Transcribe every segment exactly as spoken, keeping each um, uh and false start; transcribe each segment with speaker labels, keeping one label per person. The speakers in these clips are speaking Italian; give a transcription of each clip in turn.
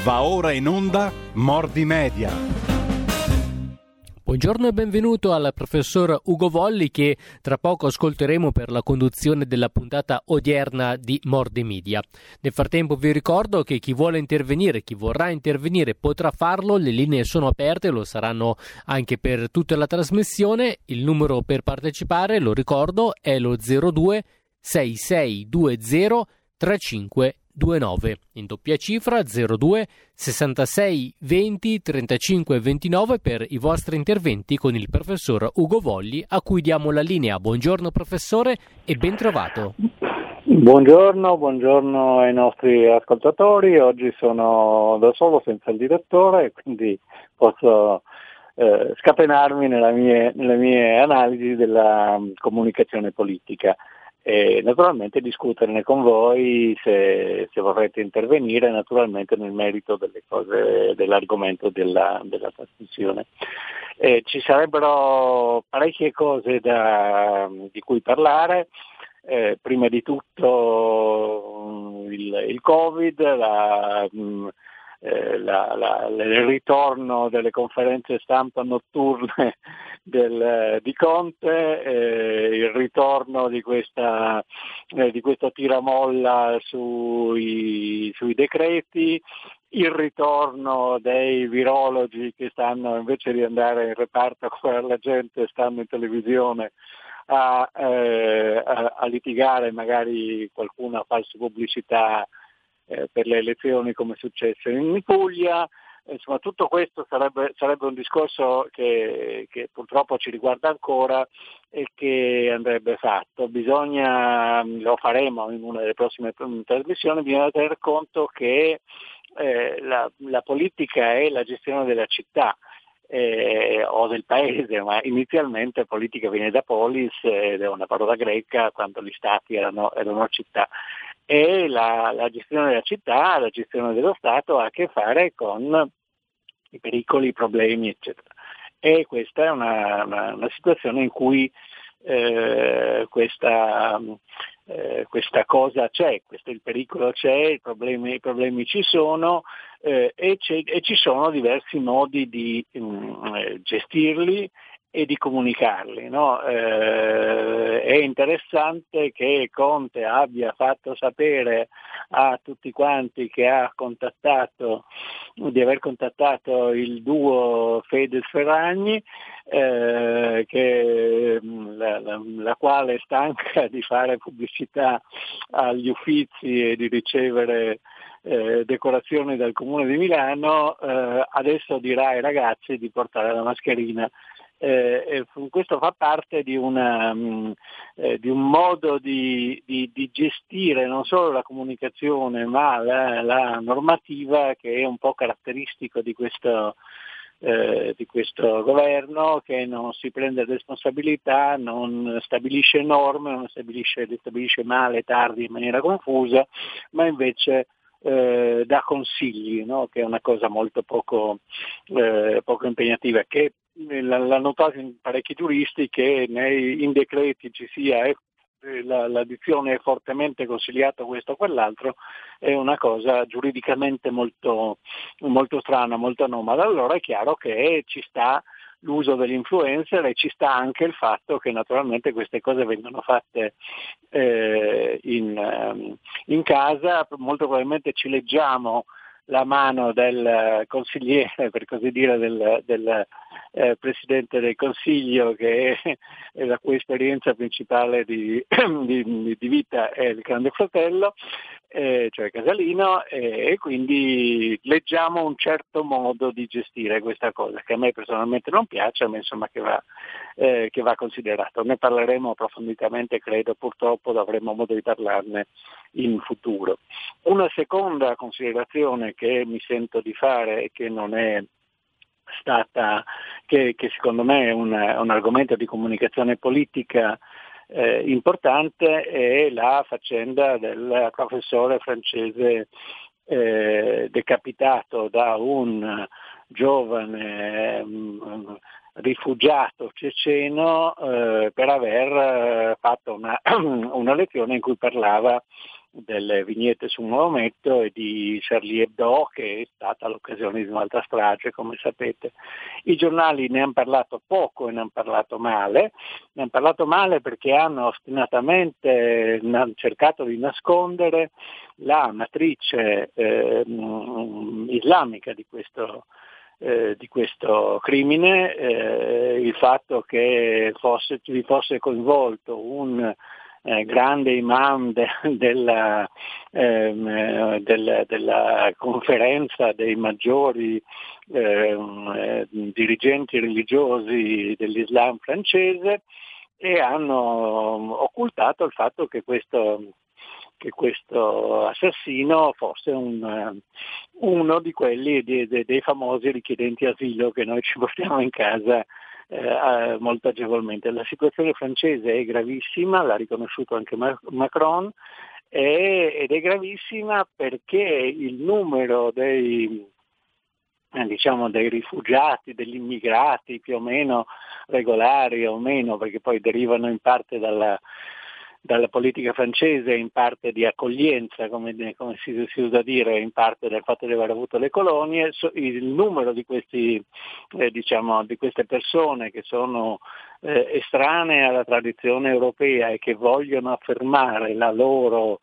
Speaker 1: Va ora in onda Mordi Media.
Speaker 2: Buongiorno e benvenuto al professor Ugo Volli, che tra poco ascolteremo per la conduzione della puntata odierna di Mordi Media. Nel frattempo vi ricordo che chi vuole intervenire, chi vorrà intervenire potrà farlo, le linee sono aperte, lo saranno anche per tutta la trasmissione. Il numero per partecipare, lo ricordo, è lo zero due sei sei due zero tre cinque due nove, in doppia cifra zero due sessantasei venti trentacinque ventinove per i vostri interventi con il professor Ugo Volli, a cui diamo la linea. Buongiorno professore e ben trovato.
Speaker 3: Buongiorno, buongiorno ai nostri ascoltatori. Oggi sono da solo senza il direttore, quindi posso eh, scatenarmi nella mie, nelle mie analisi della comunicazione politica. E naturalmente discuterne con voi se, se vorrete intervenire, naturalmente nel merito delle cose, dell'argomento della, della trasmissione. Eh, ci sarebbero parecchie cose da, di cui parlare, eh, prima di tutto il, il Covid, la, mh, eh, la, la, il ritorno delle conferenze stampa notturne Del, di Conte, eh, il ritorno di questa, eh, di questa tiramolla sui, sui decreti, il ritorno dei virologi che stanno, invece di andare in reparto a curare la gente, stanno in televisione a, eh, a, a litigare, magari qualcuna falsa pubblicità eh, per le elezioni, come è successo in Puglia. Insomma, tutto questo sarebbe, sarebbe un discorso che, che purtroppo ci riguarda ancora e che andrebbe fatto. Bisogna, lo faremo in una delle prossime trasmissioni, bisogna tener conto che eh, la, la politica è la gestione della città eh, o del paese, ma inizialmente politica viene da polis ed è una parola greca, quando gli stati erano, erano città. E la, la gestione della città, la gestione dello Stato ha a che fare con i pericoli, i problemi, eccetera. E questa è una, una, una situazione in cui eh, questa, eh, questa cosa c'è, questo, il pericolo c'è, i problemi, i problemi ci sono eh, e, e ci sono diversi modi di mh, gestirli e di comunicarli, no? Eh, è interessante che Conte abbia fatto sapere a tutti quanti che ha contattato, di aver contattato il duo Fedez-Ferragni, eh, che, la, la, la quale è stanca di fare pubblicità agli Uffizi e di ricevere eh, decorazioni dal Comune di Milano, eh, adesso dirà ai ragazzi di portare la mascherina. Eh, questo fa parte di, una, mh, eh, di un modo di, di, di gestire non solo la comunicazione ma la, la normativa, che è un po' caratteristico di questo, eh, di questo governo, che non si prende responsabilità, non stabilisce norme, non stabilisce, le stabilisce male, tardi, in maniera confusa, ma invece eh, dà consigli, no? Che è una cosa molto poco, eh, poco impegnativa, che l'hanno notato in parecchi giuristi, che nei, in decreti ci sia eh, la, la dizione è fortemente consigliato questo o quell'altro, è una cosa giuridicamente molto, molto strana, molto anomala. Allora è chiaro che ci sta l'uso dell'influencer e ci sta anche il fatto che naturalmente queste cose vengono fatte eh, in, in casa, molto probabilmente ci leggiamo la mano del consigliere, per così dire, del, del eh, Presidente del Consiglio, che è, è la cui esperienza principale di, di, di vita è il Grande Fratello, eh, cioè Casalino, eh, e quindi leggiamo un certo modo di gestire questa cosa, che a me personalmente non piace, ma insomma che va, eh, che va considerato. Ne parleremo approfonditamente, credo, purtroppo avremo modo di parlarne in futuro. Una seconda considerazione che mi sento di fare e che non è stata, che, che secondo me è un, un argomento di comunicazione politica eh, importante, è la faccenda del professore francese eh, decapitato da un giovane um, rifugiato ceceno eh, per aver fatto una, una lezione in cui parlava delle vignette su Maometto e di Charlie Hebdo, che è stata l'occasione di un'altra strage, come sapete. I giornali ne hanno parlato poco e ne hanno parlato male, ne hanno parlato male perché hanno ostinatamente cercato di nascondere la matrice eh, islamica di questo Eh, di questo crimine, eh, il fatto che fosse, vi fosse coinvolto un eh, grande imam de, della, ehm, del, della conferenza dei maggiori ehm, eh, dirigenti religiosi dell'Islam francese, e hanno occultato il fatto che questo che questo assassino fosse un, uno di quelli di, de, dei famosi richiedenti asilo che noi ci portiamo in casa eh, molto agevolmente. La situazione francese è gravissima, l'ha riconosciuto anche Macron, e, ed è gravissima perché il numero dei eh, diciamo dei rifugiati, degli immigrati più o meno regolari o meno, perché poi derivano in parte dalla dalla politica francese, in parte di accoglienza, come, come si, si usa dire, in parte del fatto di aver avuto le colonie. Il numero di questi, eh, diciamo, di queste persone che sono eh, estranee alla tradizione europea e che vogliono affermare la loro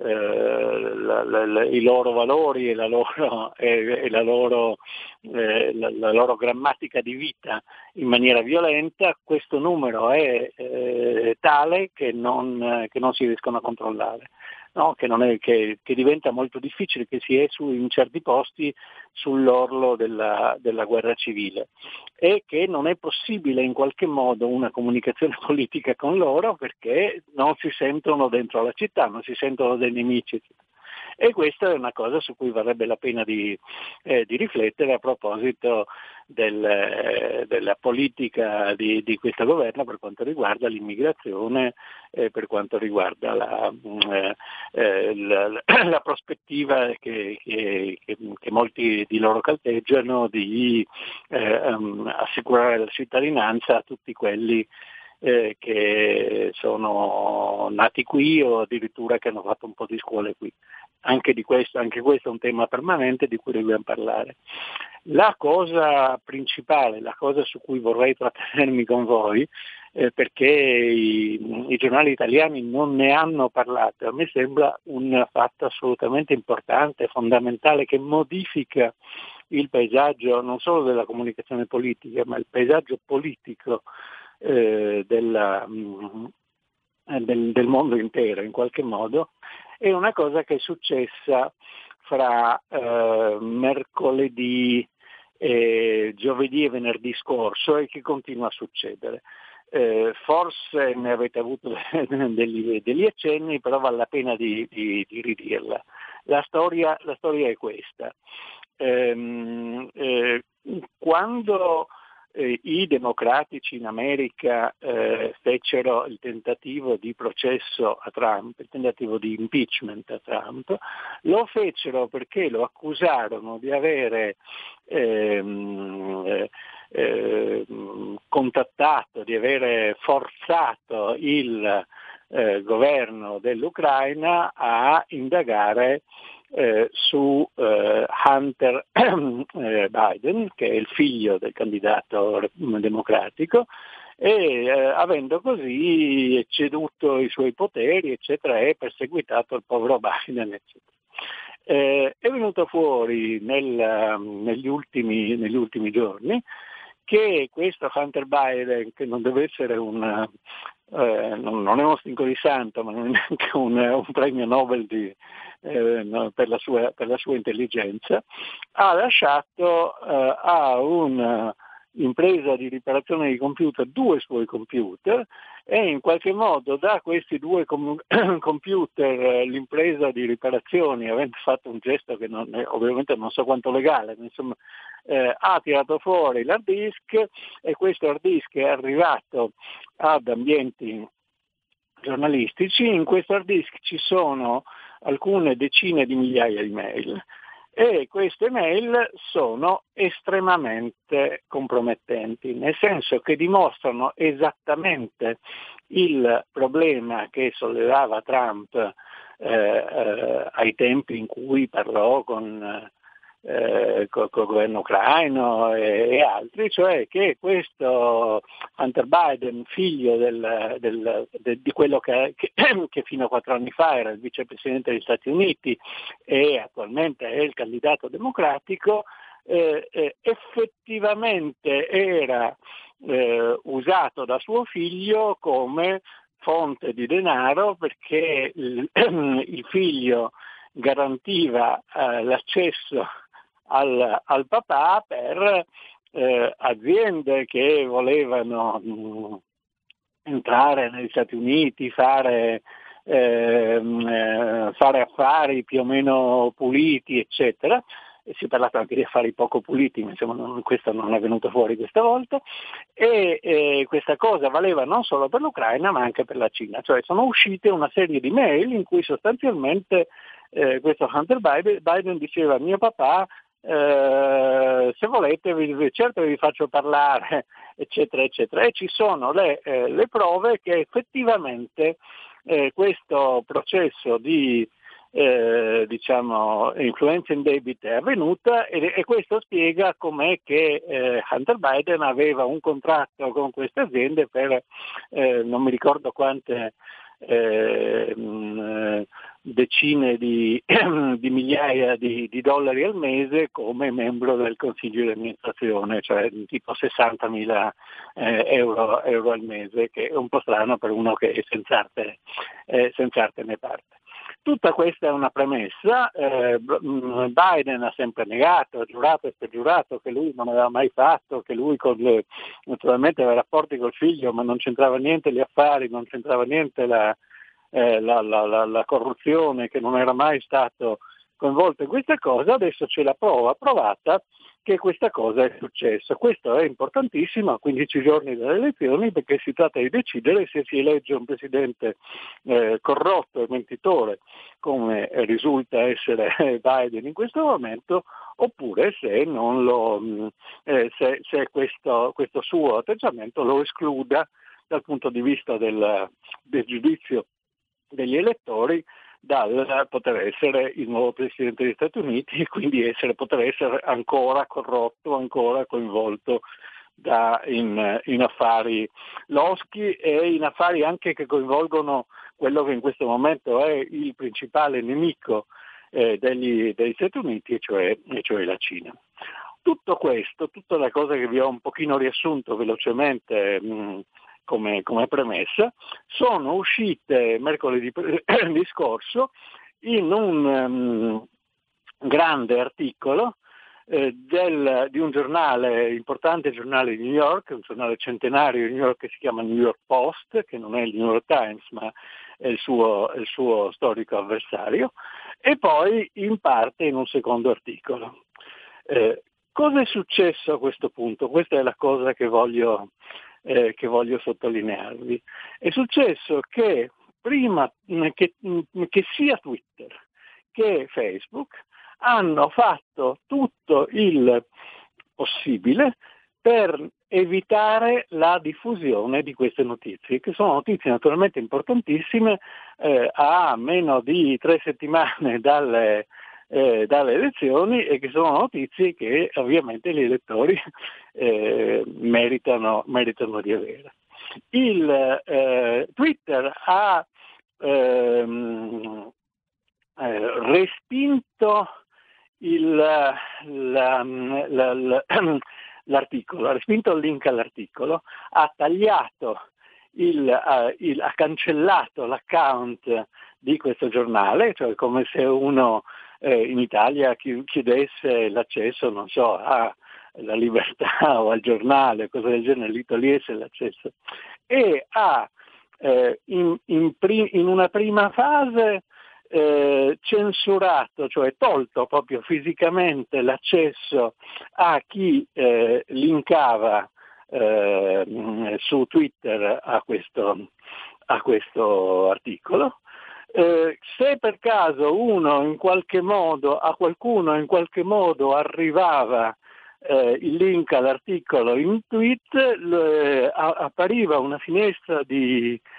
Speaker 3: Eh, la, la, la, i loro valori e la loro, e, e la, loro, eh, la, la loro grammatica di vita in maniera violenta, questo numero è eh, tale che non, che non si riescono a controllare. No, che, non è, che, che diventa molto difficile, che si è su, in certi posti sull'orlo della, della guerra civile, e che non è possibile in qualche modo una comunicazione politica con loro perché non si sentono dentro la città, non si sentono dei nemici. E questa è una cosa su cui varrebbe la pena di, eh, di riflettere a proposito del, eh, della politica di, di questo governo per quanto riguarda l'immigrazione, eh, per quanto riguarda la, eh, eh, la, la prospettiva che, che, che, che molti di loro calteggiano di eh, um, assicurare la cittadinanza a tutti quelli Eh, che sono nati qui o addirittura che hanno fatto un po' di scuole qui. Anche di questo, anche questo è un tema permanente di cui dobbiamo parlare. La cosa principale, la cosa su cui vorrei trattenermi con voi, eh, perché i, i giornali italiani non ne hanno parlato, a me sembra un fatto assolutamente importante, fondamentale, che modifica il paesaggio non solo della comunicazione politica, ma il paesaggio politico Eh, della, mh, del, del mondo intero in qualche modo, è una cosa che è successa fra eh, mercoledì, eh, giovedì e venerdì scorso e che continua a succedere. Eh, forse ne avete avuto degli, degli accenni, però vale la pena di, di, di ridirla. La storia, la storia è questa. Eh, eh, quando Eh, i democratici in America eh, fecero il tentativo di processo a Trump, il tentativo di impeachment a Trump, lo fecero perché lo accusarono di avere ehm, eh, eh, contattato, di avere forzato il eh, governo dell'Ucraina a indagare Eh, su eh, Hunter eh, Biden, che è il figlio del candidato democratico, e eh, avendo così ceduto i suoi poteri, eccetera, e perseguitato il povero Biden, eccetera. Eh, è venuto fuori nel, negli, ultimi, negli ultimi giorni che questo Hunter Biden, che non deve essere un eh, non, non è uno stinco di santo, ma non è neanche un, un premio Nobel di, eh, no, per, la sua, per la sua intelligenza, ha lasciato eh, a un'impresa di riparazione di computer due suoi computer, e in qualche modo da questi due com- computer eh, l'impresa di riparazioni, avendo fatto un gesto che non è, ovviamente non so quanto legale, ma insomma eh, ha tirato fuori l'hard disk, e questo hard disk è arrivato ad ambienti giornalistici. In questo hard disk ci sono alcune decine di migliaia di mail, e queste mail sono estremamente compromettenti, nel senso che dimostrano esattamente il problema che sollevava Trump eh, eh, ai tempi in cui parlò con Eh, col, col governo ucraino e, e altri, cioè che questo Hunter Biden, figlio del, del, de, di quello che, che, che fino a quattro anni fa era il vicepresidente degli Stati Uniti e attualmente è il candidato democratico, eh, eh, effettivamente era eh, usato da suo figlio come fonte di denaro, perché il, il figlio garantiva eh, l'accesso Al, al papà per eh, aziende che volevano mh, entrare negli Stati Uniti, fare, eh, eh, fare affari più o meno puliti, eccetera. E si è parlato anche di affari poco puliti, ma insomma non, questo non è venuto fuori questa volta, e eh, questa cosa valeva non solo per l'Ucraina ma anche per la Cina, cioè sono uscite una serie di mail in cui sostanzialmente eh, questo Hunter Biden, Biden diceva: mio papà, Eh, se volete vi, certo vi faccio parlare, eccetera eccetera, e ci sono le, eh, le prove che effettivamente eh, questo processo di eh, diciamo influenza indebita è avvenuta, e, e questo spiega com'è che eh, Hunter Biden aveva un contratto con queste aziende per eh, non mi ricordo quante eh, mh, decine di, di migliaia di, di dollari al mese come membro del consiglio di amministrazione, cioè tipo sessantamila eh, euro, euro al mese, che è un po' strano per uno che è senza arte, eh, senza arte ne parte. Tutta questa è una premessa, eh, Biden ha sempre negato, ha giurato e pergiurato che lui non aveva mai fatto, che lui con le, naturalmente aveva rapporti col figlio, ma non c'entrava niente gli affari, non c'entrava niente la, eh, la, la, la, la corruzione, che non era mai stato coinvolto in questa cosa. Adesso c'è la prova provata che questa cosa è successa. Questo è importantissimo a quindici giorni dalle elezioni, perché si tratta di decidere se si elegge un presidente eh, corrotto e mentitore, come risulta essere Biden in questo momento, oppure se non lo eh, se, se questo, questo suo atteggiamento lo escluda dal punto di vista del, del giudizio degli elettori dal poter essere il nuovo Presidente degli Stati Uniti e quindi essere, poter essere ancora corrotto, ancora coinvolto da, in, in affari loschi e in affari anche che coinvolgono quello che in questo momento è il principale nemico eh, degli, degli Stati Uniti, e cioè, e cioè la Cina. Tutto questo, tutta la cosa che vi ho un pochino riassunto velocemente mh, Come, come premessa, sono uscite mercoledì di scorso in un um, grande articolo eh, del, di un giornale, importante giornale di New York, un giornale centenario di New York che si chiama New York Post, che non è il New York Times ma è il suo, il suo storico avversario, e poi in parte in un secondo articolo. Eh, cosa è successo a questo punto? Questa è la cosa che voglio Eh, che voglio sottolinearvi. È successo che prima che, che sia Twitter che Facebook hanno fatto tutto il possibile per evitare la diffusione di queste notizie, che sono notizie naturalmente importantissime, eh, a meno di tre settimane dalle Eh, dalle elezioni, e che sono notizie che ovviamente gli elettori eh, meritano, meritano di avere. Il eh, Twitter ha ehm, eh, respinto il, la, la, la, l'articolo, ha respinto il link all'articolo, ha tagliato il, uh, il, ha cancellato l'account di questo giornale, cioè come se uno eh, in Italia chiedesse l'accesso, non so, alla Libertà o al giornale, cose del genere, gli togliesse l'accesso. E ha eh, in, in, pri- in una prima fase eh, censurato, cioè tolto proprio fisicamente l'accesso a chi eh, linkava eh, su Twitter a questo, a questo articolo. Eh, se per caso uno in qualche modo, a qualcuno in qualche modo arrivava eh, il link all'articolo in tweet, le, a, appariva una finestra di,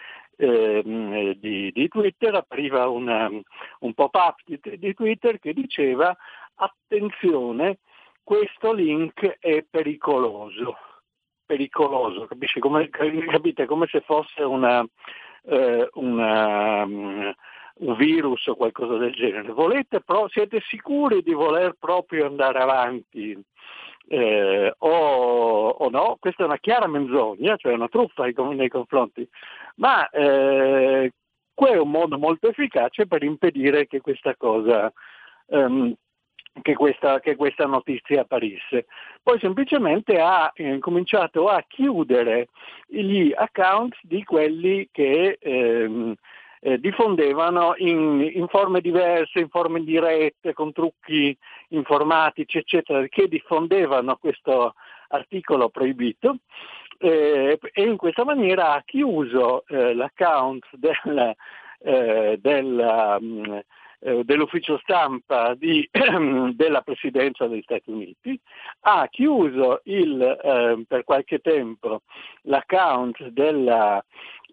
Speaker 3: eh, di, di Twitter appariva una, un pop-up di, di Twitter che diceva: attenzione, questo link è pericoloso. Pericoloso, capisci? Come, capite? Come se fosse una, eh, una, um, un virus o qualcosa del genere. Volete pro- siete sicuri di voler proprio andare avanti eh, o, o no? Questa è una chiara menzogna, cioè una truffa nei confronti, ma eh, quello è un modo molto efficace per impedire che questa cosa um, Che questa, che questa notizia apparisse. Poi semplicemente ha eh, cominciato a chiudere gli account di quelli che ehm, eh, diffondevano in, in forme diverse, in forme dirette, con trucchi informatici, eccetera, che diffondevano questo articolo proibito, eh, e in questa maniera ha chiuso eh, l'account del, eh, del um, dell'ufficio stampa di, della Presidenza degli Stati Uniti, ha chiuso il, eh, per qualche tempo l'account della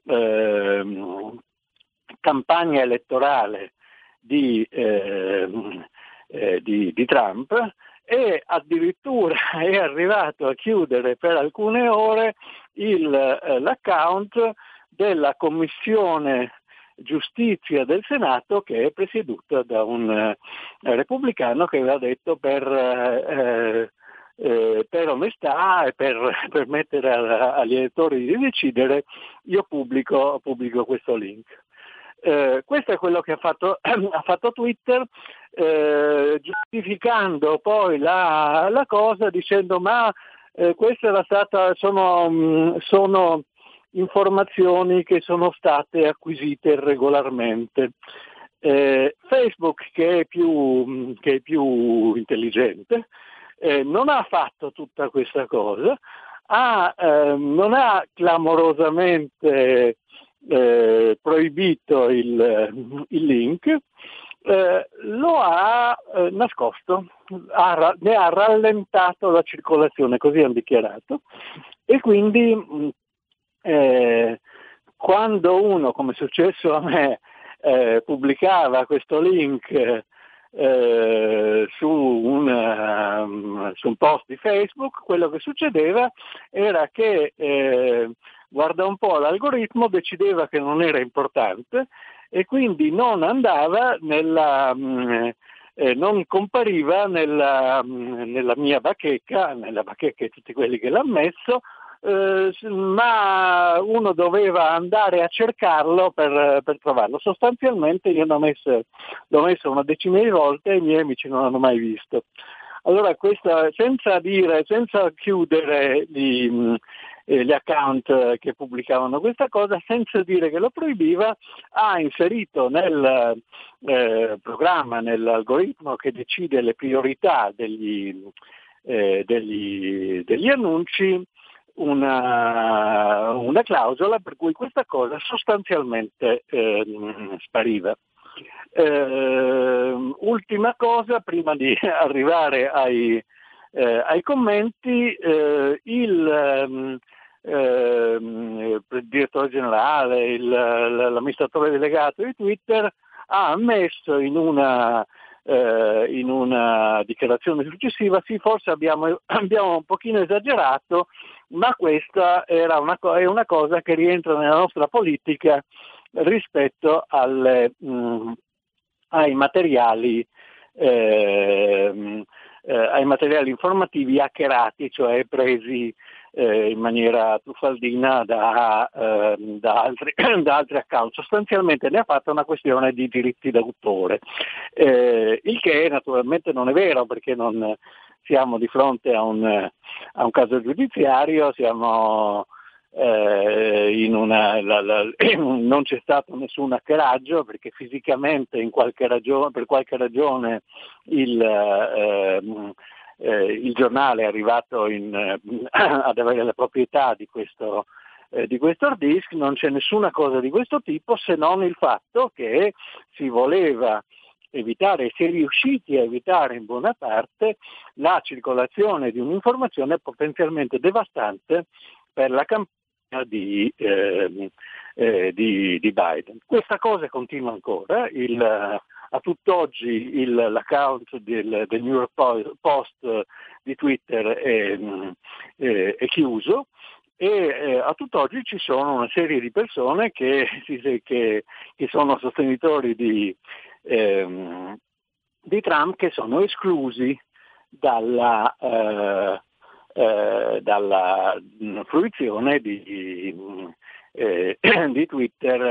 Speaker 3: eh, campagna elettorale di, eh, eh, di, di Trump, e addirittura è arrivato a chiudere per alcune ore il, eh, l'account della Commissione Giustizia del Senato, che è presieduta da un eh, repubblicano che aveva detto per, eh, eh, per onestà e per permettere a, agli elettori di decidere, io pubblico, pubblico questo link. Eh, questo è quello che ha fatto, ha fatto Twitter, eh, giustificando poi la, la cosa dicendo ma eh, questa era stata, sono, sono informazioni che sono state acquisite regolarmente. Eh, Facebook, che è più, che è più intelligente, eh, non ha fatto tutta questa cosa, ha, eh, non ha clamorosamente eh, proibito il, il link, eh, lo ha eh, nascosto, ha, ne ha rallentato la circolazione, così hanno dichiarato, e quindi mh, Eh, quando uno, come è successo a me, eh, pubblicava questo link eh, su, un, um, su un post di Facebook, quello che succedeva era che, eh, guarda un po', l'algoritmo decideva che non era importante e quindi non andava nella... Mh, eh, non compariva nella, mh, nella mia bacheca, nella bacheca di tutti quelli che l'hanno messo, Eh, ma uno doveva andare a cercarlo per, per trovarlo. Sostanzialmente io l'ho messo, l'ho messo una decina di volte e i miei amici non l'hanno mai visto. Allora questa, senza dire, senza chiudere gli, eh, gli account che pubblicavano questa cosa, senza dire che lo proibiva, ha inserito nel eh, programma, nell'algoritmo che decide le priorità degli, eh, degli, degli annunci, Una, una clausola per cui questa cosa sostanzialmente eh, spariva. Eh, ultima cosa, prima di arrivare ai, eh, ai commenti, eh, il, eh, il direttore generale, il, l'amministratore delegato di Twitter ha ammesso in una Eh, in una dichiarazione successiva: sì, forse abbiamo, abbiamo un pochino esagerato, ma questa era una, è una cosa che rientra nella nostra politica rispetto alle, mh, ai materiali eh, eh, ai materiali informativi hackerati, cioè presi eh, in maniera truffaldina da, eh, da, altri, da altri account. Sostanzialmente ne ha fatto una questione di diritti d'autore, eh, il che naturalmente non è vero, perché non siamo di fronte a un, a un caso giudiziario, siamo eh, in una, la, la, non c'è stato nessun hackeraggio, perché fisicamente in qualche ragione, per qualche ragione il, eh, eh, il giornale è arrivato in, eh, ad avere la proprietà di questo eh, di questo hard disk. Non c'è nessuna cosa di questo tipo, se non il fatto che si voleva evitare, si è riusciti a evitare in buona parte la circolazione di un'informazione potenzialmente devastante per la campagna di, eh, eh, di, di Biden. Questa cosa continua ancora. Il, a tutt'oggi il, l'account del, del New York Post di Twitter è, è, è chiuso. E eh, a tutt'oggi ci sono una serie di persone che, che, che sono sostenitori di, ehm, di Trump, che sono esclusi dalla, eh, eh, dalla fruizione di, eh, di Twitter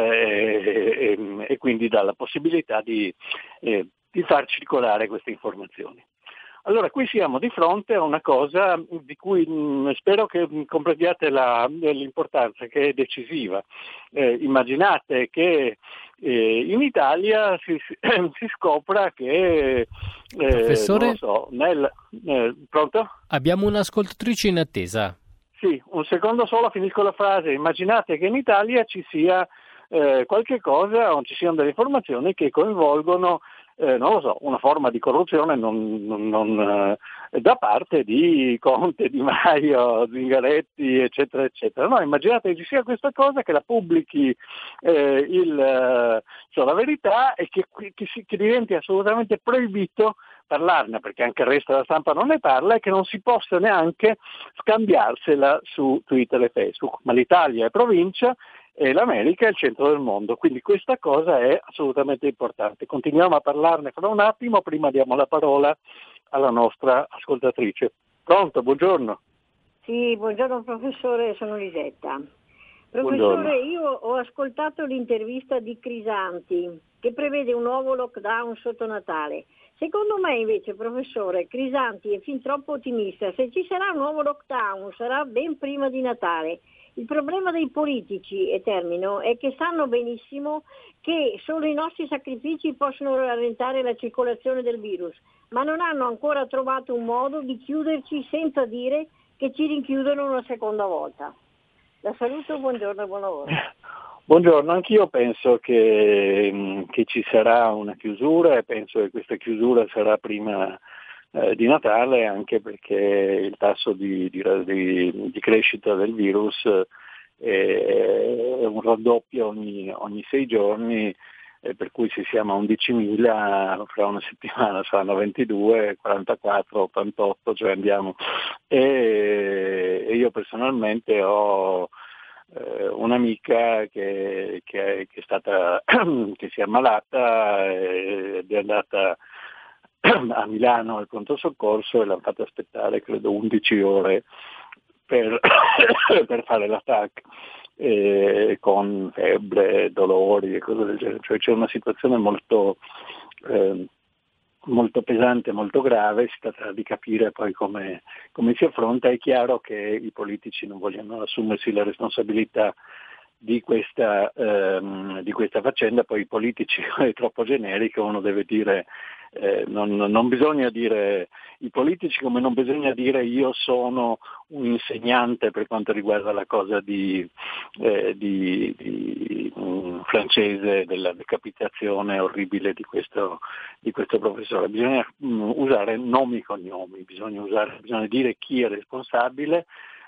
Speaker 3: e, e, e quindi dalla possibilità di, eh, di far circolare queste informazioni. Allora, qui siamo di fronte a una cosa di cui mh, spero che comprendiate la, l'importanza, che è decisiva. Eh, immaginate che eh, in Italia si, si scopra che, eh,
Speaker 2: Professore,
Speaker 3: non lo so, nel, eh, pronto?
Speaker 2: Abbiamo un'ascoltatrice in attesa.
Speaker 3: Sì, un secondo solo, finisco la frase. Immaginate che in Italia ci sia eh, qualche cosa, o ci siano delle informazioni che coinvolgono Eh, non lo so, una forma di corruzione non, non, non, eh, da parte di Conte, Di Maio, Zingaretti, eccetera, eccetera. No, immaginate che ci sia questa cosa, che la pubblichi eh, il, eh, cioè la verità e che, che, si, che diventi assolutamente proibito parlarne, perché anche il resto della stampa non ne parla, e che non si possa neanche scambiarsela su Twitter e Facebook. Ma l'Italia è provincia e l'America è il centro del mondo, quindi questa cosa è assolutamente importante. Continuiamo a parlarne fra un attimo, prima diamo la parola alla nostra ascoltatrice. Pronto, buongiorno.
Speaker 4: Sì, buongiorno professore, sono Lisetta. Professore,
Speaker 3: Buongiorno.
Speaker 4: Io ho ascoltato l'intervista di Crisanti che prevede un nuovo lockdown sotto Natale. Secondo me invece, professore, Crisanti è fin troppo ottimista. Se ci sarà un nuovo lockdown sarà ben prima di Natale. Il problema dei politici, e termino, è che sanno benissimo che solo i nostri sacrifici possono rallentare la circolazione del virus, ma non hanno ancora trovato un modo di chiuderci senza dire che ci rinchiudono una seconda volta. La saluto, buongiorno e buon lavoro.
Speaker 3: Buongiorno, anch'io penso che, che ci sarà una chiusura e penso che questa chiusura sarà prima eh, di Natale, anche perché il tasso di, di, di, di crescita del virus è un raddoppio ogni, ogni sei giorni, eh, per cui se siamo a undicimila, fra una settimana saranno ventidue, quarantaquattro, ottantotto, cioè andiamo. E, e io personalmente ho eh, un'amica che, che, che è stata che si è ammalata ed è andata a Milano al pronto soccorso e l'hanno fatta aspettare credo undici ore per, per fare la T A C, eh, con febbre, dolori e cose del genere. Cioè c'è una situazione molto, eh, molto pesante, molto grave, si tratta di capire poi come, come si affronta. È chiaro che i politici non vogliono assumersi la responsabilità di questa, ehm, di questa faccenda, poi i politici è troppo generico, uno deve dire, eh, non, non bisogna dire i politici, come non bisogna dire io sono un insegnante per quanto riguarda la cosa di, eh, di, di um, francese, della decapitazione orribile di questo, di questo professore. Bisogna um, usare nomi e cognomi, bisogna, usare, bisogna dire chi è responsabile,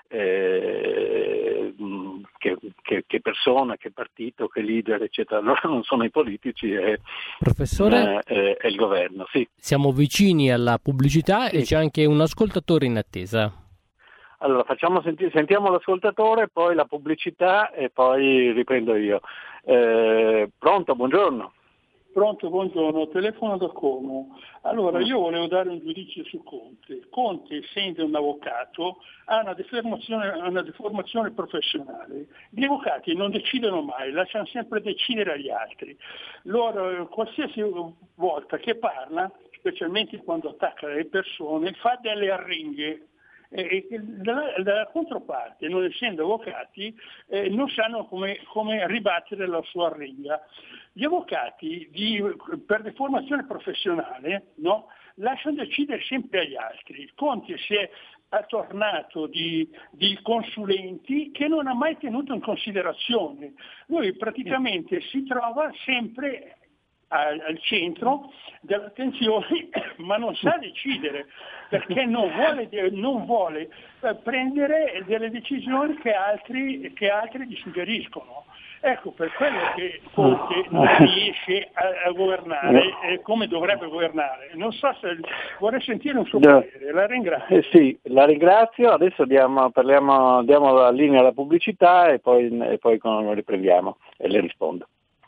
Speaker 3: Eh, che, che, che persona, che partito, che leader, eccetera. Allora non sono i politici, è,
Speaker 2: Professore,
Speaker 3: è, è il governo. Sì.
Speaker 2: Siamo vicini alla pubblicità, sì, e c'è anche un ascoltatore in attesa.
Speaker 3: Allora facciamo senti- sentiamo l'ascoltatore, poi la pubblicità e poi riprendo io. Eh, pronto, buongiorno.
Speaker 5: Pronto, buongiorno, telefono da Como. Allora, io volevo dare un giudizio su Conte. Conte, essendo un avvocato, ha una deformazione, una deformazione professionale. Gli avvocati non decidono mai, lasciano sempre decidere agli altri. Loro, qualsiasi volta che parla, specialmente quando attacca le persone, fa delle arringhe. E dalla, dalla controparte, non essendo avvocati, eh, non sanno come, come ribattere la sua arringa. Gli avvocati, di, per deformazione professionale, no, lasciano decidere sempre agli altri. Conte si è attornato di, di consulenti che non ha mai tenuto in considerazione. Lui praticamente si trova sempre al, al centro dell'attenzione, ma non sa decidere, perché non vuole, non vuole prendere delle decisioni che altri, che altri gli suggeriscono. Ecco, per quello che Conte non riesce a, a governare eh, come dovrebbe governare. Non so se vorrei sentire un suo parere, la ringrazio.
Speaker 3: Eh sì, la ringrazio, adesso diamo, parliamo, diamo la linea alla pubblicità e poi, e poi riprendiamo e le rispondo.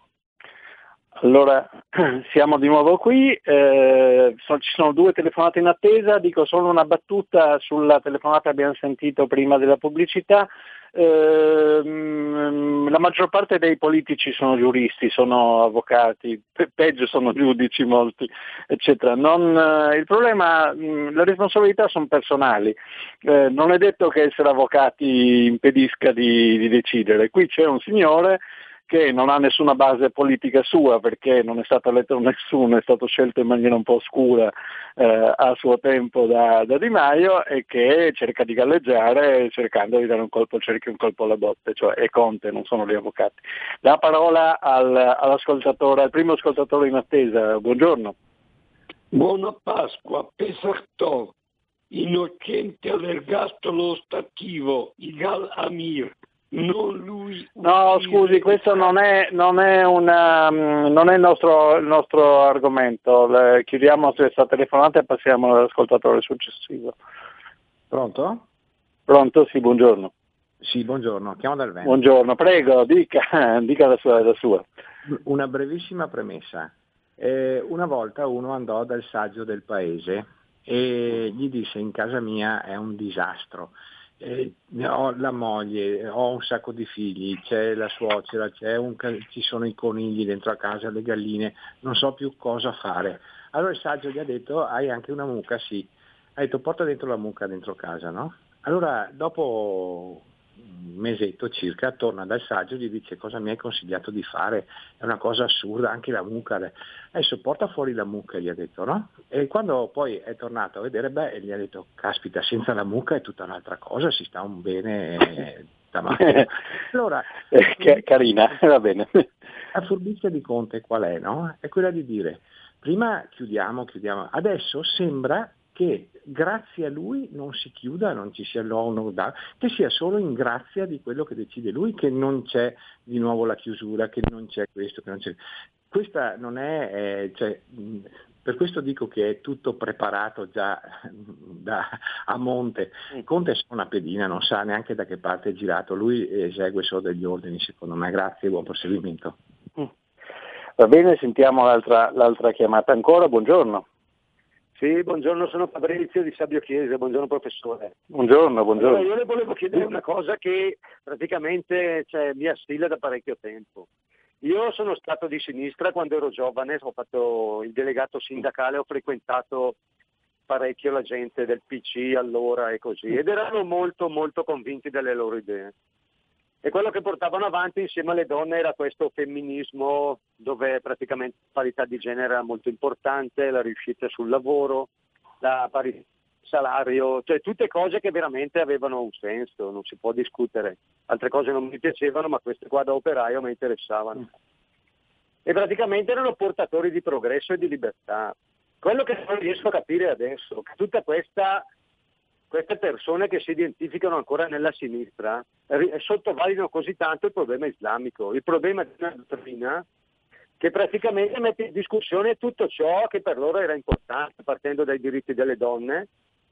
Speaker 3: Allora, siamo di nuovo qui, eh, so, ci sono due telefonate in attesa, dico solo una battuta sulla telefonata che abbiamo sentito prima della pubblicità. Eh, la maggior parte dei politici sono giuristi, sono avvocati, pe- peggio sono giudici molti, eccetera. Non, eh, il problema, mh, le responsabilità sono personali, eh, non è detto che essere avvocati impedisca di, di decidere. Qui c'è un signore che non ha nessuna base politica sua perché non è stato eletto nessuno, è stato scelto in maniera un po' oscura eh, a suo tempo da, da Di Maio e che cerca di galleggiare cercando di dare un colpo al cerchio e un colpo alla botte, cioè è Conte, non sono gli avvocati. La parola al, all'ascoltatore, al primo ascoltatore in attesa, buongiorno.
Speaker 6: Buona Pasqua, Pesach innocente all'ergastolo ostativo, Igal Amir. Non lui.
Speaker 3: No, scusi, questo non è, non è, una, non è il, nostro, il nostro argomento. Le, chiudiamo questa telefonata e passiamo all'ascoltatore successivo.
Speaker 7: Pronto?
Speaker 3: Pronto? Sì, buongiorno.
Speaker 7: Sì, buongiorno, chiamo dal Veneto.
Speaker 3: Buongiorno, prego, dica, dica la sua, la sua.
Speaker 7: Una brevissima premessa. Eh, una volta uno andò dal saggio del paese e gli disse: in casa mia è un disastro. Eh, ho la moglie, ho un sacco di figli, c'è la suocera, c'è un, ci sono i conigli dentro a casa, le galline, non so più cosa fare. Allora il saggio gli ha detto: hai anche una mucca? Sì. Ha detto: porta dentro la mucca dentro casa, no? Allora dopo un mesetto circa torna dal saggio e gli dice: cosa mi hai consigliato di fare? È una cosa assurda, anche la mucca. Adesso porta fuori la mucca, gli ha detto, no? E quando poi è tornato a vedere, beh, gli ha detto: caspita, senza la mucca è tutta un'altra cosa, si sta un bene tamarro. Allora,
Speaker 3: eh, carina, va bene.
Speaker 7: La furbizia di Conte qual è, no? È quella di dire: prima chiudiamo, chiudiamo. Adesso sembra che grazie a lui non si chiuda, non ci sia lockdown, che sia solo in grazia di quello che decide lui, che non c'è di nuovo la chiusura, che non c'è questo, che non c'è. Questa non è, eh, cioè, per questo dico che è tutto preparato già da, a monte. Conte è solo una pedina, non sa neanche da che parte è girato, lui esegue solo degli ordini, secondo me. Grazie, buon proseguimento.
Speaker 3: Va bene, sentiamo l'altra, l'altra chiamata ancora, buongiorno.
Speaker 8: Sì, buongiorno, sono Fabrizio di Sabio Chiesa, buongiorno professore.
Speaker 3: Buongiorno, buongiorno.
Speaker 8: Allora, io le volevo chiedere una cosa che praticamente cioè, mi assilla da parecchio tempo. Io sono stato di sinistra quando ero giovane, ho fatto il delegato sindacale, ho frequentato parecchio la gente del P C allora e così, ed erano molto molto convinti delle loro idee. E quello che portavano avanti insieme alle donne era questo femminismo dove praticamente la parità di genere era molto importante, la riuscita sul lavoro, la parità di salario, cioè tutte cose che veramente avevano un senso, non si può discutere. Altre cose non mi piacevano, ma queste qua da operaio mi interessavano. E praticamente erano portatori di progresso e di libertà. Quello che non riesco a capire adesso, che tutta questa... queste persone che si identificano ancora nella sinistra sottovalutano così tanto il problema islamico, il problema di una dottrina che praticamente mette in discussione tutto ciò che per loro era importante, partendo dai diritti delle donne,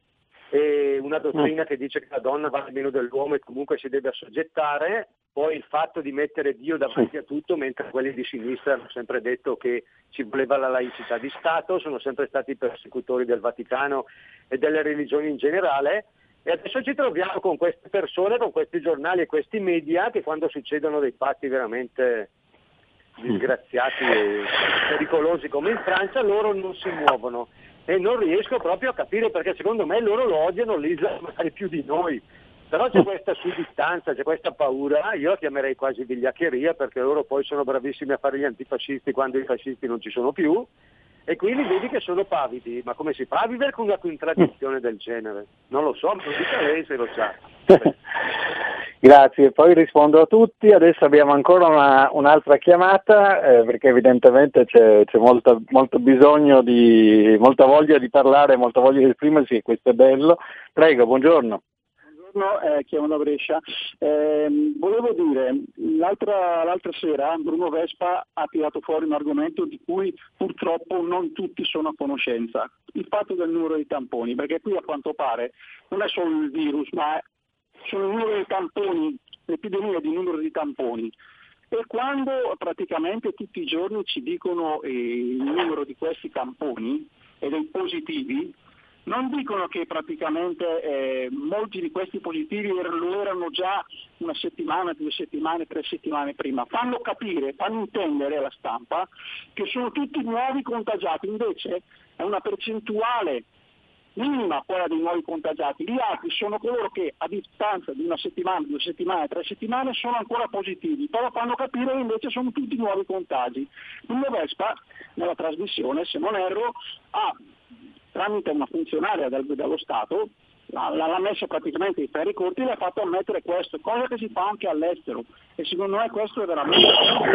Speaker 8: e una dottrina che dice che la donna vale meno dell'uomo e comunque si deve assoggettare, poi il fatto di mettere Dio davanti a tutto, mentre quelli di sinistra hanno sempre detto che ci voleva la laicità di Stato, sono sempre stati persecutori del Vaticano e delle religioni in generale, e adesso ci troviamo con queste persone, con questi giornali e questi media che quando succedono dei fatti veramente disgraziati e pericolosi come in Francia, loro non si muovono. E non riesco proprio a capire, perché secondo me loro lo odiano l'Islam magari più di noi, però c'è questa sudditanza, c'è questa paura, io la chiamerei quasi vigliaccheria, perché loro poi sono bravissimi a fare gli antifascisti quando i fascisti non ci sono più, e quindi vedi che sono pavidi. Ma come si fa a vivere con una contraddizione del genere? Non lo so, ma lo dica lei se lo sa.
Speaker 3: Grazie, poi rispondo a tutti. Adesso abbiamo ancora una, un'altra chiamata eh, perché evidentemente c'è, c'è molta, molto bisogno di, molta voglia di parlare, molta voglia di esprimersi, e questo è bello. Prego, buongiorno.
Speaker 9: buongiorno, eh, chiamo da Brescia. Eh, volevo dire, l'altra, l'altra sera Bruno Vespa ha tirato fuori un argomento di cui purtroppo non tutti sono a conoscenza, il fatto del numero di tamponi, perché qui a quanto pare non è solo il virus, ma è, sono il numero di tamponi, l'epidemia di numero di tamponi. E quando praticamente tutti i giorni ci dicono eh, il numero di questi tamponi e dei positivi, non dicono che praticamente eh, molti di questi positivi er- lo erano già una settimana, due settimane, tre settimane prima. Fanno capire, fanno intendere alla stampa che sono tutti nuovi contagiati, invece è una percentuale minima quella dei nuovi contagiati. Gli altri sono coloro che a distanza di una settimana, due settimane, tre settimane sono ancora positivi, però fanno capire che invece sono tutti nuovi contagi. Bruno Vespa nella trasmissione, se non erro, ha tramite una funzionaria del, dello Stato l'ha messa praticamente ai ferri corti e le ha fatto ammettere questo, cosa che si fa anche all'estero, e secondo me questo è veramente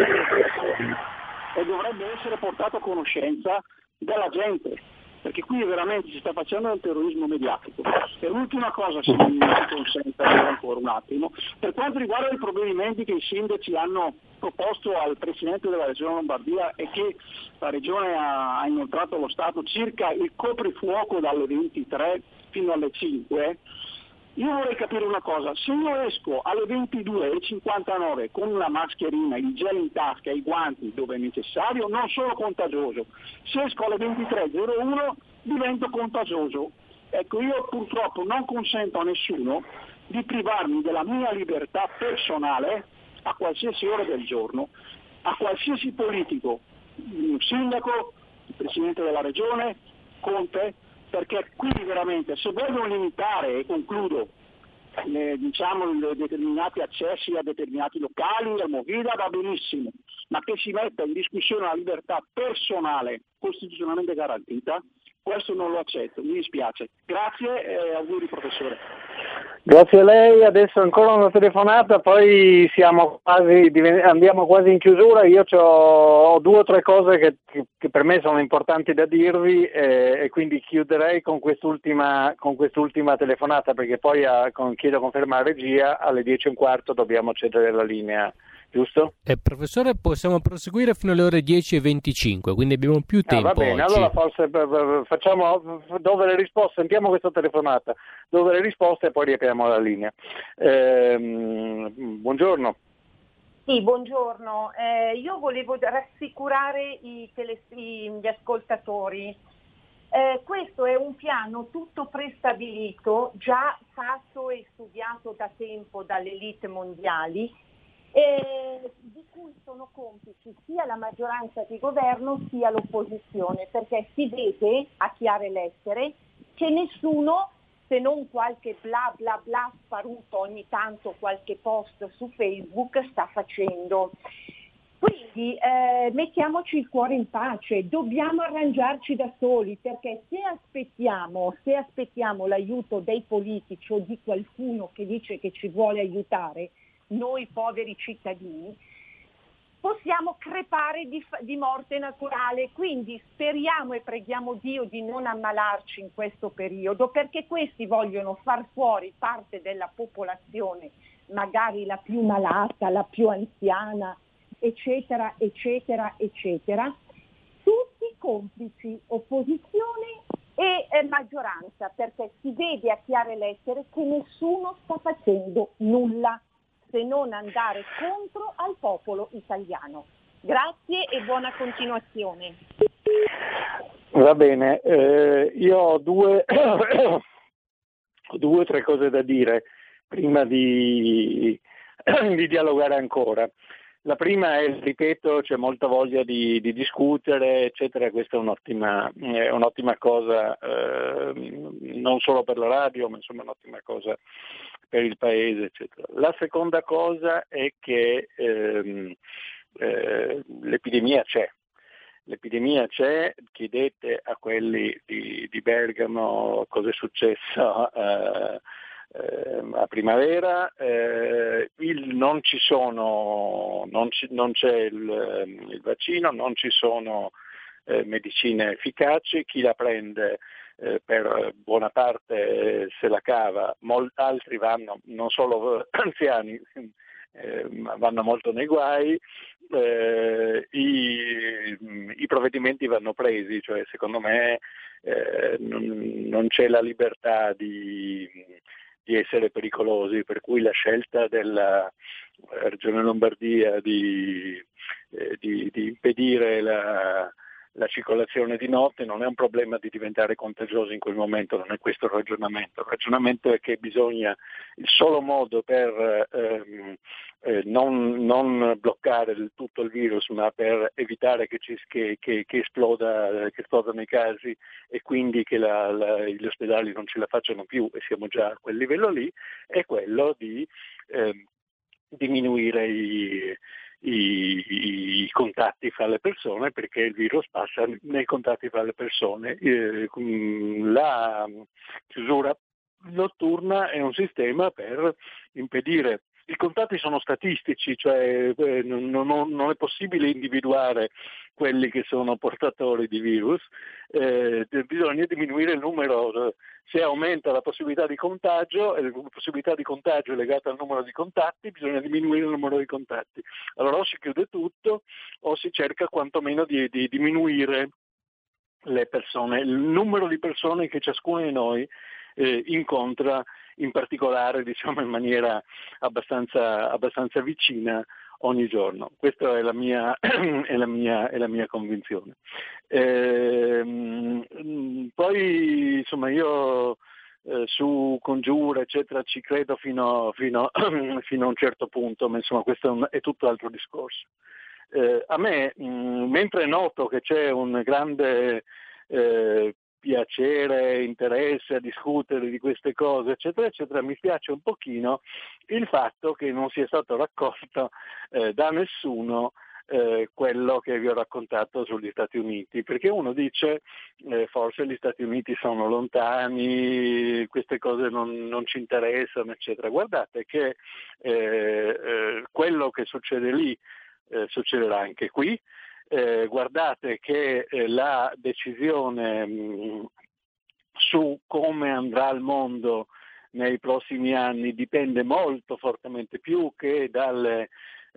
Speaker 9: e dovrebbe essere portato a conoscenza della gente, perché qui veramente si sta facendo del terrorismo mediatico. E l'ultima cosa, se mi consente ancora un attimo, per quanto riguarda i provvedimenti che i sindaci hanno proposto al Presidente della Regione Lombardia e che la Regione ha, ha inoltrato allo Stato circa il coprifuoco dalle ventitré fino alle cinque, io vorrei capire una cosa: se io esco alle ventidue e cinquantanove con una mascherina, il gel in tasca e i guanti dove è necessario, non sono contagioso. Se esco alle ventitré e zero uno divento contagioso. Ecco, io purtroppo non consento a nessuno di privarmi della mia libertà personale a qualsiasi ora del giorno, a qualsiasi politico, un sindaco, il Presidente della Regione, Conte, perché qui veramente se vogliono limitare, e concludo, le, diciamo, le determinati accessi a determinati locali, a Movida va benissimo, ma che si metta in discussione la libertà personale costituzionalmente garantita, questo non lo accetto, mi dispiace. Grazie e auguri professore.
Speaker 3: Grazie a lei, adesso ancora una telefonata, poi siamo quasi, andiamo quasi in chiusura. Io ho due o tre cose che, che per me sono importanti da dirvi e, e quindi chiuderei con quest'ultima, con quest'ultima telefonata, perché poi a, con, chiedo conferma alla regia, alle dieci e un quarto dobbiamo cedere la linea, giusto?
Speaker 2: Eh, professore, possiamo proseguire fino alle ore dieci e venticinque, quindi abbiamo più tempo.
Speaker 3: Ah, va bene,
Speaker 2: oggi.
Speaker 3: Allora forse facciamo dove le risposte, sentiamo questa telefonata, dove le risposte e poi riapriamo la linea. Ehm, buongiorno.
Speaker 10: Sì, buongiorno. Eh, io volevo rassicurare i tele, gli ascoltatori. Eh, questo è un piano tutto prestabilito, già fatto e studiato da tempo dalle elite mondiali, eh, di cui sono complici sia la maggioranza di governo sia l'opposizione, perché si vede a chiare lettere che nessuno, se non qualche bla bla bla sparuto ogni tanto, qualche post su Facebook, sta facendo. Quindi eh, mettiamoci il cuore in pace, dobbiamo arrangiarci da soli, perché se aspettiamo, se aspettiamo l'aiuto dei politici o di qualcuno che dice che ci vuole aiutare, noi poveri cittadini, possiamo crepare di, di morte naturale. Quindi speriamo e preghiamo Dio di non ammalarci in questo periodo, perché questi vogliono far fuori parte della popolazione, magari la più malata, la più anziana, eccetera, eccetera, eccetera, tutti complici, opposizione e eh, maggioranza, perché si vede a chiare lettere che nessuno sta facendo nulla se non andare contro al popolo italiano. Grazie e buona continuazione.
Speaker 3: Va bene, eh, io ho due due o tre cose da dire prima di, di dialogare ancora. La prima è, ripeto, c'è molta voglia di, di discutere, eccetera, questa è un'ottima, è un'ottima cosa, eh, non solo per la radio, ma insomma un'ottima cosa per il paese, eccetera. La seconda cosa è che ehm, eh, l'epidemia c'è. L'epidemia c'è, chiedete a quelli di, di Bergamo cosa è successo eh, eh, a primavera, eh, il, non ci sono, non, ci, non c'è il, il vaccino, non ci sono eh, medicine efficaci, chi la prende eh, per buona parte eh, se la cava, Mol- altri vanno, non solo anziani, eh, ma vanno molto nei guai. Eh, i, i provvedimenti vanno presi, cioè secondo me eh, non, non c'è la libertà di, di essere pericolosi, per cui la scelta della Regione Lombardia di, eh, di, di impedire la, la circolazione di notte non è un problema di diventare contagiosi in quel momento, non è questo il ragionamento. Il ragionamento è che bisogna, il solo modo per ehm, eh, non, non bloccare il, tutto il virus, ma per evitare che, ci, che, che, che, esploda, che esplodano i casi e quindi che la, la, gli ospedali non ce la facciano più, e siamo già a quel livello lì, è quello di ehm, diminuire i I, i contatti fra le persone, perché il virus passa nei contatti fra le persone. Eh, la chiusura notturna è un sistema per impedire. I contatti sono statistici, cioè eh, non, non, non è possibile individuare quelli che sono portatori di virus, eh, bisogna diminuire il numero. Se aumenta la possibilità di contagio, e la possibilità di contagio è legata al numero di contatti, bisogna diminuire il numero di contatti. Allora o si chiude tutto o si cerca quantomeno di, di diminuire le persone, il numero di persone che ciascuno di noi eh, incontra, in particolare diciamo in maniera abbastanza, abbastanza vicina ogni giorno. Questa è la mia, è la mia, è la mia convinzione. Ehm, poi insomma io eh, su congiure eccetera ci credo fino, fino, fino a un certo punto, ma insomma questo è, un, è tutto altro discorso. Eh, a me, mh, mentre è noto che c'è un grande eh, piacere, interesse a discutere di queste cose, eccetera, eccetera, mi spiace un pochino il fatto che non sia stato raccolto eh, da nessuno eh, quello che vi ho raccontato sugli Stati Uniti, perché uno dice eh, forse gli Stati Uniti sono lontani, queste cose non, non ci interessano, eccetera. Guardate che eh, eh, quello che succede lì eh, succederà anche qui. Eh, guardate che eh, la decisione mh, su come andrà il mondo nei prossimi anni dipende molto fortemente più che dalle,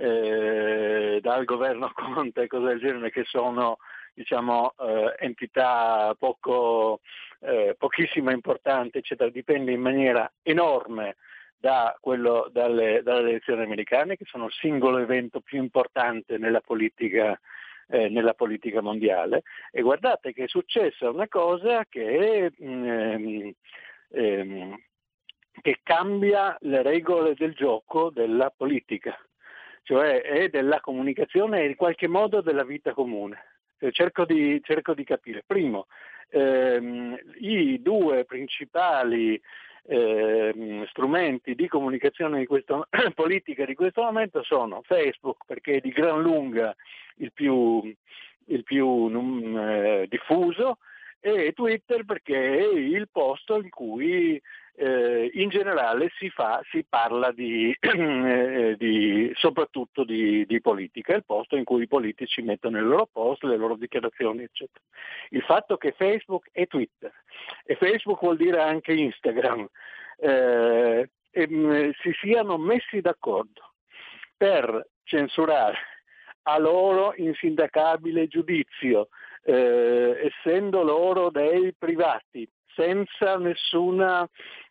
Speaker 3: eh, dal governo Conte e cose del genere, che sono diciamo eh, entità poco eh, pochissima importanti, eccetera. Dipende in maniera enorme da quello, dalle, dalle elezioni americane, che sono il singolo evento più importante nella politica Eh, nella politica mondiale. E guardate che è successa una cosa che, ehm, ehm, che cambia le regole del gioco della politica, cioè è della comunicazione e in qualche modo della vita comune. Eh, cerco di, cerco di capire. Primo, ehm, i due principali Eh, strumenti di comunicazione di questo, politica di questo momento sono Facebook, perché è di gran lunga il più, il più um, eh, diffuso, e Twitter, perché è il posto in cui eh, in generale si fa, si parla di, eh, di soprattutto di, di politica, è il posto in cui i politici mettono i loro post, le loro dichiarazioni, eccetera. Il fatto che Facebook è Twitter, e Facebook vuol dire anche Instagram, eh, e, mh, si siano messi d'accordo per censurare a loro insindacabile giudizio, eh, essendo loro dei privati, senza nessun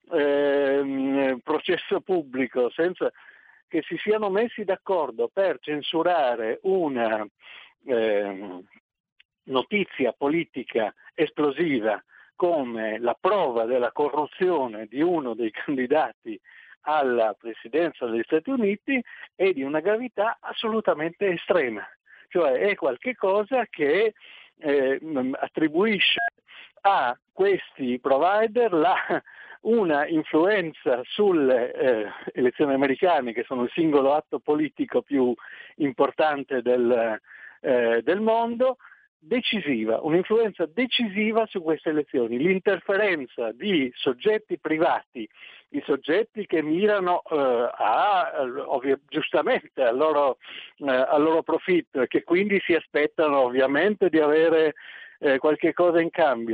Speaker 3: eh, processo pubblico, senza che si siano messi d'accordo per censurare una eh, notizia politica esplosiva come la prova della corruzione di uno dei candidati alla presidenza degli Stati Uniti, è di una gravità assolutamente estrema. Cioè è qualche cosa che eh, attribuisce a questi provider la, una influenza sulle eh, elezioni americane, che sono il singolo atto politico più importante del, eh, del mondo, decisiva, un'influenza decisiva su queste elezioni. L'interferenza di soggetti privati, di soggetti che mirano eh, a, ovvio, giustamente al loro, eh, al loro profitto, e che quindi si aspettano ovviamente di avere eh, qualche cosa in cambio,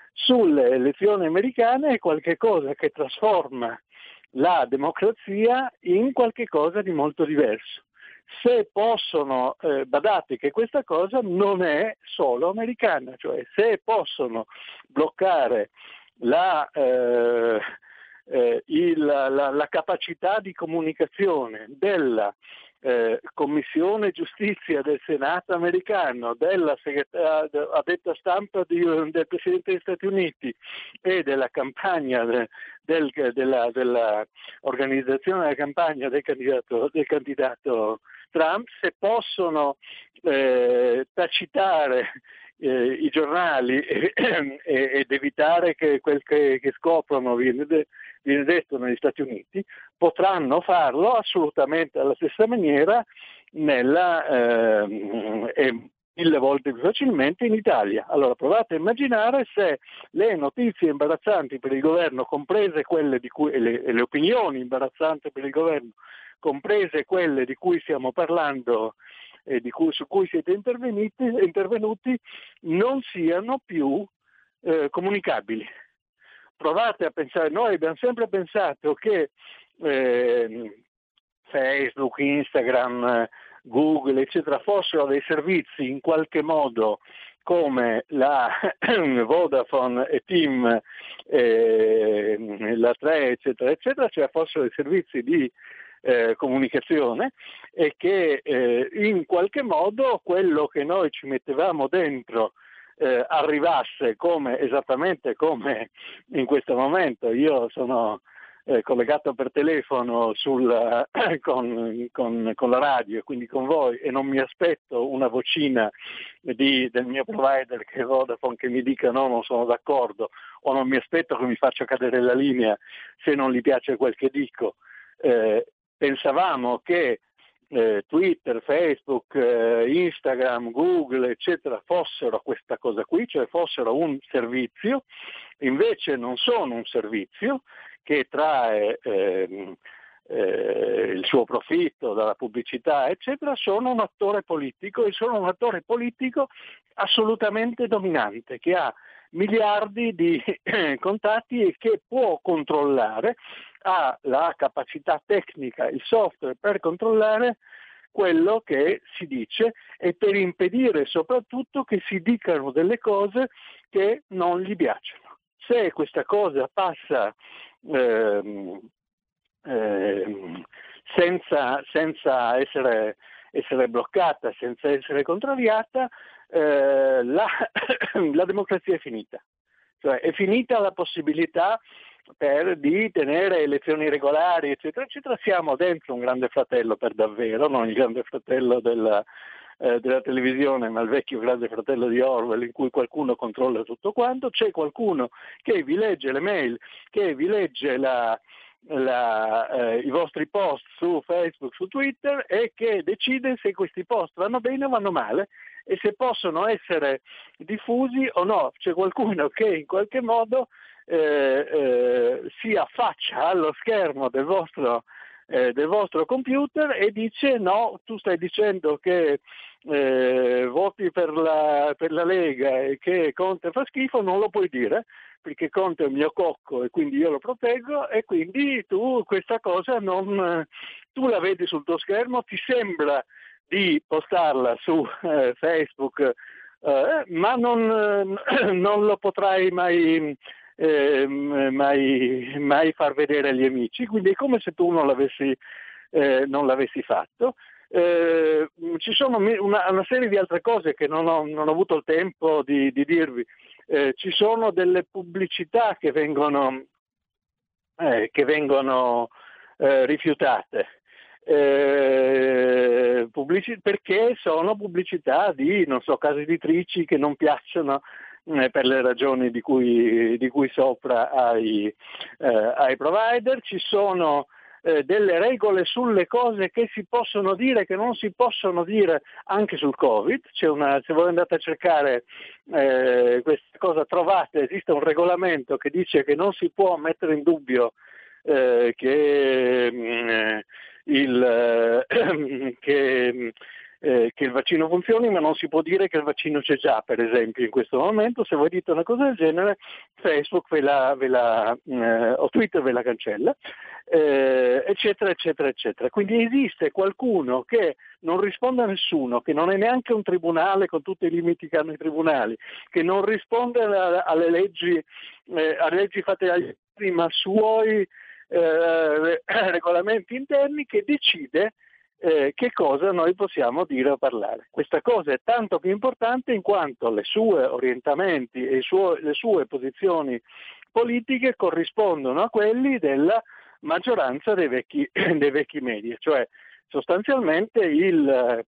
Speaker 3: sulle elezioni americane è qualche cosa che trasforma la democrazia in qualche cosa di molto diverso. Se possono, eh, badate che questa cosa non è solo americana, cioè se possono bloccare la, eh, eh, il, la, la capacità di comunicazione della eh, Commissione Giustizia del Senato americano, della addetta stampa di, del Presidente degli Stati Uniti e della campagna de, del, della, della organizzazione della campagna del candidato, del candidato Trump, se possono eh, tacitare eh, i giornali e, e, ed evitare che quel che, che scoprono viene, de, viene detto negli Stati Uniti, potranno farlo assolutamente alla stessa maniera nella, eh, e mille volte più facilmente in Italia. Allora provate a immaginare se le notizie imbarazzanti per il governo, comprese quelle di cui, e le, e le opinioni imbarazzanti per il governo, comprese quelle di cui stiamo parlando e di cui, su cui siete intervenuti, intervenuti non siano più eh, comunicabili. Provate a pensare, noi abbiamo sempre pensato che eh, Facebook, Instagram, Google, eccetera, fossero dei servizi in qualche modo come la Vodafone e Team, eh, la tre, eccetera, eccetera, cioè fossero dei servizi di Eh, comunicazione, e che eh, in qualche modo quello che noi ci mettevamo dentro eh, arrivasse come, esattamente come in questo momento. Io sono eh, collegato per telefono sul, eh, con, con, con la radio, quindi con voi, e non mi aspetto una vocina di, del mio provider che è Vodafone che mi dica no, non sono d'accordo, o non mi aspetto che mi faccia cadere la linea se non gli piace quel che dico. Eh, Pensavamo che eh, Twitter, Facebook, eh, Instagram, Google, eccetera, fossero questa cosa qui, cioè fossero un servizio, invece non sono un servizio che trae eh, eh, il suo profitto dalla pubblicità, eccetera, sono un attore politico e sono un attore politico assolutamente dominante, che ha miliardi di eh, contatti e che può controllare, ha la capacità tecnica, il software per controllare quello che si dice e per impedire soprattutto che si dicano delle cose che non gli piacciono. Se questa cosa passa ehm, ehm, senza, senza essere, essere bloccata, senza essere contrariata, eh, la, la democrazia è finita. Cioè è finita la possibilità per di tenere elezioni regolari, eccetera, eccetera. Siamo dentro un grande fratello per davvero, non il grande fratello della, eh, della televisione, ma il vecchio grande fratello di Orwell, in cui qualcuno controlla tutto quanto. C'è qualcuno che vi legge le mail, che vi legge la, la, eh, i vostri post su Facebook, su Twitter, e che decide se questi post vanno bene o vanno male e se possono essere diffusi o no. C'è qualcuno che in qualche modo Eh, eh, si affaccia allo schermo del vostro, eh, del vostro computer e dice no, tu stai dicendo che eh, voti per la, per la Lega e che Conte fa schifo, non lo puoi dire perché Conte è un mio cocco e quindi io lo proteggo, e quindi tu questa cosa non, tu la vedi sul tuo schermo, ti sembra di postarla su eh, Facebook, eh, ma non, non lo potrai mai Eh, mai, mai far vedere agli amici, quindi è come se tu non l'avessi, eh, non l'avessi fatto. Eh, ci sono una, una serie di altre cose che non ho, non ho avuto il tempo di, di dirvi. Eh, ci sono delle pubblicità che vengono, eh, che vengono eh, rifiutate. Eh, pubblici- perché sono pubblicità di, non so, case editrici che non piacciono eh, per le ragioni di cui, di cui sopra ai, eh, ai provider. Ci sono eh, delle regole sulle cose che si possono dire e che non si possono dire anche sul Covid. C'è una, se voi andate a cercare eh, questa cosa trovate, esiste un regolamento che dice che non si può mettere in dubbio eh, che mh, il, eh, che eh, che il vaccino funzioni, ma non si può dire che il vaccino c'è già, per esempio, in questo momento. Se voi dite una cosa del genere, Facebook ve la, ve la eh, o Twitter ve la cancella, eh, eccetera, eccetera, eccetera. Quindi esiste qualcuno che non risponde a nessuno, che non è neanche un tribunale con tutti i limiti che hanno i tribunali, che non risponde alle, alle leggi, eh, alle leggi fatte dagli altri, ma suoi eh, regolamenti interni, che decide Eh, che cosa noi possiamo dire o parlare. Questa cosa è tanto più importante in quanto le sue orientamenti e i suo, le sue posizioni politiche corrispondono a quelli della maggioranza dei vecchi, dei vecchi media, cioè sostanzialmente il,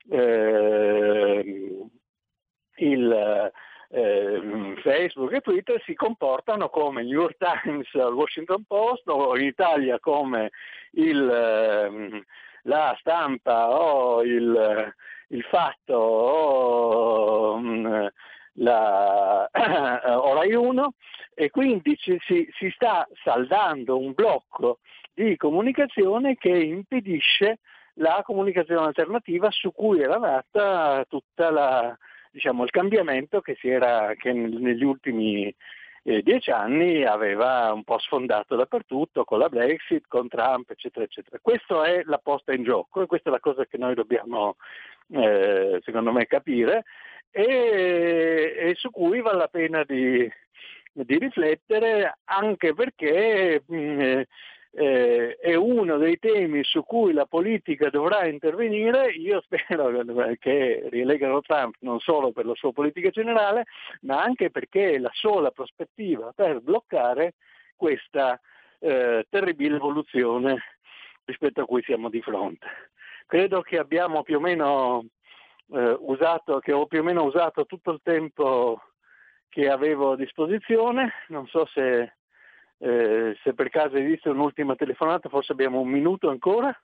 Speaker 3: eh, il eh, Facebook e Twitter si comportano come il New York Times, il Washington Post, o in Italia come il eh, la Stampa o il, il Fatto o um, la o Rai uno, e quindi ci, si, si sta saldando un blocco di comunicazione che impedisce la comunicazione alternativa su cui era nata tutta la, diciamo, il cambiamento che si era che negli ultimi Eh, dieci anni aveva un po' sfondato dappertutto con la Brexit, con Trump, eccetera, eccetera. Questa è la posta in gioco e questa è la cosa che noi dobbiamo, eh, secondo me, capire e, e su cui vale la pena di, di riflettere, anche perché mh, eh, è uno dei temi su cui la politica dovrà intervenire. Io spero che rielegano Trump non solo per la sua politica generale, ma anche perché è la sola prospettiva per bloccare questa eh, terribile evoluzione rispetto a cui siamo di fronte. Credo che abbiamo più o meno eh, usato, che ho più o meno usato tutto il tempo che avevo a disposizione. Non so se Eh, se per caso esiste un'ultima telefonata, forse abbiamo un minuto ancora.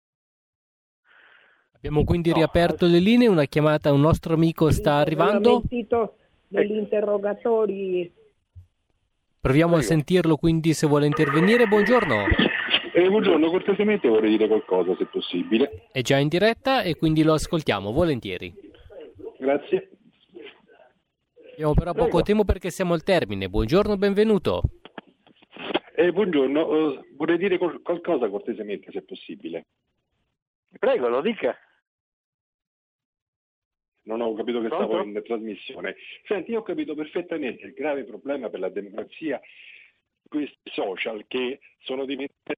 Speaker 2: Abbiamo quindi
Speaker 3: no.
Speaker 2: riaperto le linee, una chiamata, un nostro amico sta arrivando.
Speaker 11: Degli interrogatori.
Speaker 2: Proviamo Prego. a sentirlo, quindi, se vuole intervenire. Buongiorno.
Speaker 12: Eh, buongiorno, cortesemente vorrei dire qualcosa, se possibile.
Speaker 2: È già in diretta e quindi lo ascoltiamo, volentieri.
Speaker 12: Grazie.
Speaker 2: Abbiamo però Prego. poco tempo perché siamo al termine. Buongiorno, benvenuto.
Speaker 12: Eh, buongiorno, uh, vorrei dire qual- qualcosa cortesemente, se possibile.
Speaker 3: Prego, lo dica.
Speaker 12: Non ho capito che
Speaker 3: Pronto?
Speaker 12: stavo in trasmissione. Senti, io ho capito perfettamente il grave problema per la democrazia, questi social che sono diventati...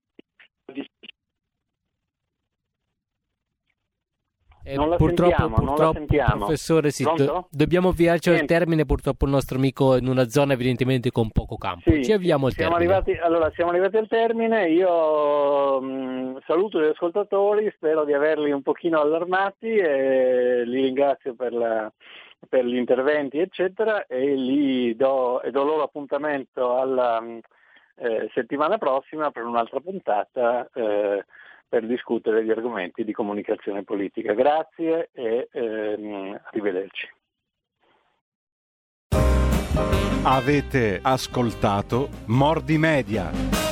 Speaker 2: Eh,
Speaker 3: non la
Speaker 2: purtroppo,
Speaker 3: sentiamo,
Speaker 2: purtroppo
Speaker 3: non la sentiamo.
Speaker 2: Professore, sì, do- dobbiamo avviarci al termine. Purtroppo il nostro amico è in una zona evidentemente con poco campo.
Speaker 3: Sì,
Speaker 2: Ci avviamo al
Speaker 3: siamo
Speaker 2: termine.
Speaker 3: Arrivati, allora, siamo arrivati al termine. Io mh, saluto gli ascoltatori, spero di averli un pochino allarmati e li ringrazio per, la, per gli interventi, eccetera, e li do, e do loro appuntamento alla eh, settimana prossima per un'altra puntata. Eh, per discutere gli argomenti di comunicazione politica. Grazie e ehm, arrivederci.
Speaker 1: Avete ascoltato Mordi Media.